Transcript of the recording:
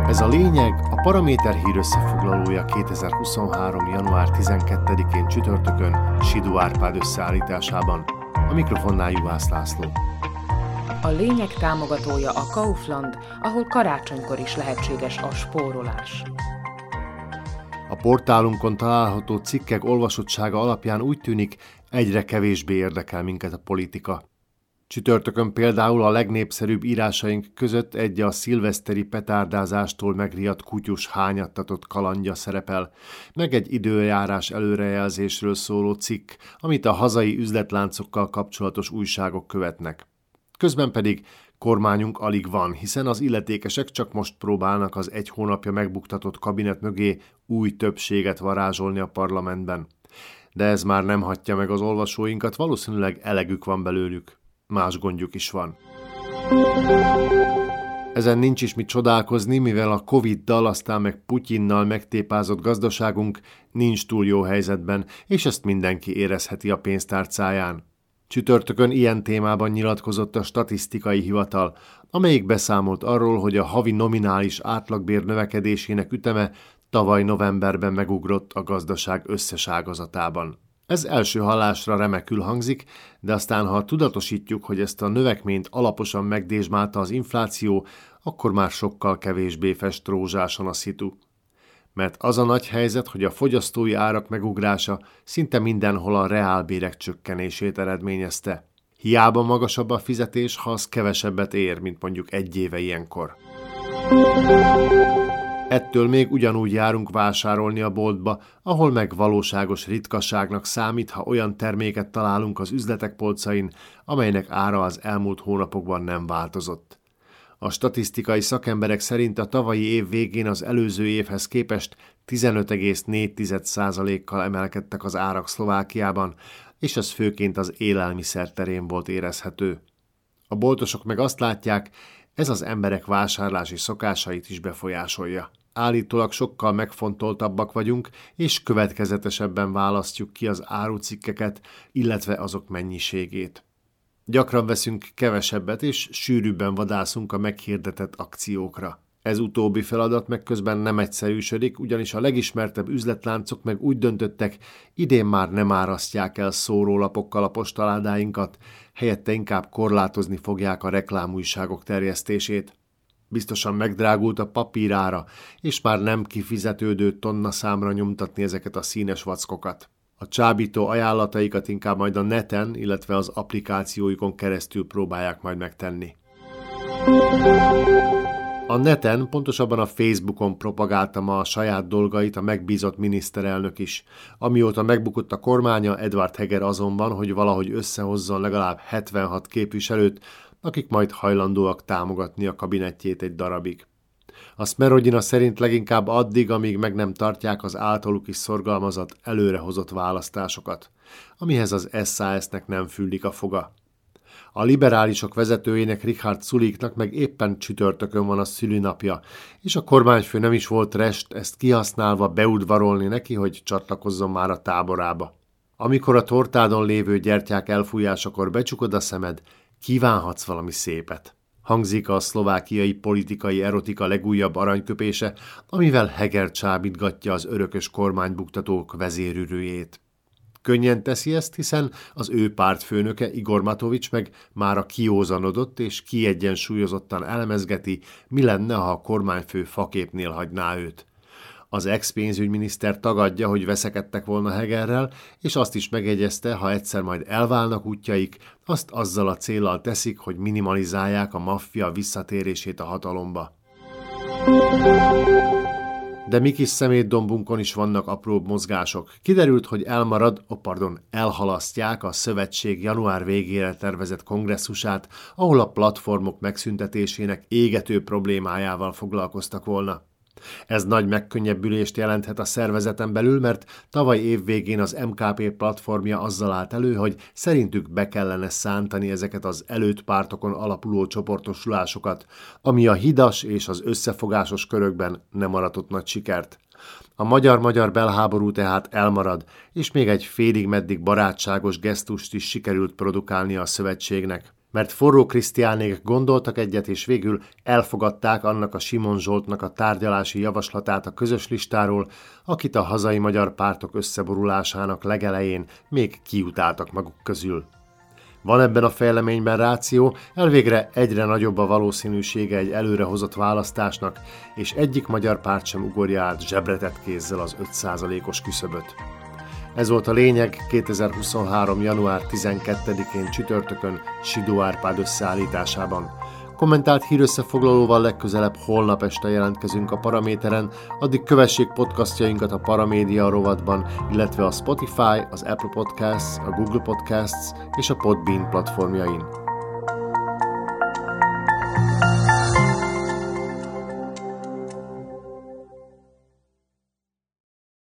Ez a lényeg a Paraméter hír összefoglalója 2023. január 12-én csütörtökön Sidó Árpád összeállításában. A mikrofonnál Juhász László. A lényeg támogatója a Kaufland, ahol karácsonykor is lehetséges a spórolás. A portálunkon található cikkek olvasottsága alapján úgy tűnik, egyre kevésbé érdekel minket a politika. Csütörtökön például a legnépszerűbb írásaink között egy a szilveszteri petárdázástól megriadt kutyus hányattatott kalandja szerepel, meg egy időjárás előrejelzésről szóló cikk, amit a hazai üzletláncokkal kapcsolatos újságok követnek. Közben pedig kormányunk alig van, hiszen az illetékesek csak most próbálnak az egy hónapja megbuktatott kabinet mögé új többséget varázsolni a parlamentben. De ez már nem hagyja meg az olvasóinkat, valószínűleg elegük van belőlük. Más gondjuk is van. Ezen nincs is mit csodálkozni, mivel a Covid-dal, aztán meg Putyinnal megtépázott gazdaságunk nincs túl jó helyzetben, és ezt mindenki érezheti a pénztárcáján. Csütörtökön ilyen témában nyilatkozott a Statisztikai Hivatal, amelyik beszámolt arról, hogy a havi nominális átlagbér növekedésének üteme tavaly novemberben megugrott a gazdaság összes ágazatában. Ez első hallásra remekül hangzik, de aztán ha tudatosítjuk, hogy ezt a növekményt alaposan megdésmálta az infláció, akkor már sokkal kevésbé fest rózsásan a szitu. Mert az a nagy helyzet, hogy a fogyasztói árak megugrása szinte mindenhol a reálbérek csökkenését eredményezte. Hiába magasabb a fizetés, ha az kevesebbet ér, mint mondjuk egy éve ilyenkor. Ettől még ugyanúgy járunk vásárolni a boltba, ahol meg valóságos ritkaságnak számít, ha olyan terméket találunk az üzletek polcain, amelynek ára az elmúlt hónapokban nem változott. A statisztikai szakemberek szerint a tavalyi év végén az előző évhez képest 15,4%-kal emelkedtek az árak Szlovákiában, és ez főként az élelmiszer terén volt érezhető. A boltosok meg azt látják, ez az emberek vásárlási szokásait is befolyásolja. Állítólag sokkal megfontoltabbak vagyunk, és következetesebben választjuk ki az árucikkeket, illetve azok mennyiségét. Gyakran veszünk kevesebbet, és sűrűbben vadászunk a meghirdetett akciókra. Ez utóbbi feladat meg közben nem egyszerűsödik, ugyanis a legismertebb üzletláncok meg úgy döntöttek, idén már nem árasztják el szórólapokkal a postaládáinkat, helyette inkább korlátozni fogják a reklámújságok terjesztését. Biztosan megdrágult a papírára, és már nem kifizetődő tonna számra nyomtatni ezeket a színes vackokat. A csábító ajánlataikat inkább majd a neten, illetve az applikációikon keresztül próbálják majd megtenni. A neten, pontosabban a Facebookon propagálta ma a saját dolgait a megbízott miniszterelnök is. Amióta megbukott a kormánya, Edvard Heger azon van, hogy valahogy összehozzon legalább 76 képviselőt, akik majd hajlandóak támogatni a kabinettjét egy darabig. A Smerodina szerint leginkább addig, amíg meg nem tartják az általuk is szorgalmazott, előrehozott választásokat, amihez az SZSZ-nek nem füllik a foga. A liberálisok vezetőjének, Richard Suliknak meg éppen csütörtökön van a szülinapja, és a kormányfő nem is volt rest ezt kihasználva beudvarolni neki, hogy csatlakozzon már a táborába. Amikor a tortádon lévő gyertyák elfújásakor becsukod a szemed, kívánhatsz valami szépet. Hangzik a szlovákiai politikai erotika legújabb aranyköpése, amivel Heger csábítgatja az örökös kormánybuktatók vezérűrőjét. Könnyen teszi ezt, hiszen az ő pártfőnöke Igor Matovics meg mára kiózanodott és kiegyensúlyozottan elemezgeti, mi lenne, ha a kormányfő faképnél hagyná őt. Az ex-pénzügyminiszter tagadja, hogy veszekedtek volna Hegerrel, és azt is megjegyezte, ha egyszer majd elválnak útjaik, azt azzal a céllal teszik, hogy minimalizálják a maffia visszatérését a hatalomba. De mi kis szemétdombunkon is vannak apróbb mozgások. Kiderült, hogy elhalasztják a szövetség január végére tervezett kongresszusát, ahol a platformok megszüntetésének égető problémájával foglalkoztak volna. Ez nagy megkönnyebbülést jelenthet a szervezeten belül, mert tavaly év végén az MKP platformja azzal állt elő, hogy szerintük be kellene szántani ezeket az előtt pártokon alapuló csoportosulásokat, ami a hidas és az összefogásos körökben nem aratott nagy sikert. A magyar-magyar belháború tehát elmarad, és még egy félig-meddig barátságos gesztust is sikerült produkálnia a szövetségnek. Mert Forró Krisztiánék gondoltak egyet, és végül elfogadták annak a Simon Zsoltnak a tárgyalási javaslatát a közös listáról, akit a hazai magyar pártok összeborulásának legelején még kiutáltak maguk közül. Van ebben a fejleményben ráció, elvégre egyre nagyobb a valószínűsége egy előrehozott választásnak, és egyik magyar párt sem ugorja át zsebretett kézzel az 5%-os küszöböt. Ez volt a lényeg 2023. január 12-én csütörtökön Sidó Árpád összeállításában. Kommentált hírösszefoglalóval legközelebb holnap este jelentkezünk a Paraméteren, addig kövessék podcastjainkat a Paramédia rovatban, illetve a Spotify, az Apple Podcasts, a Google Podcasts és a Podbean platformjain.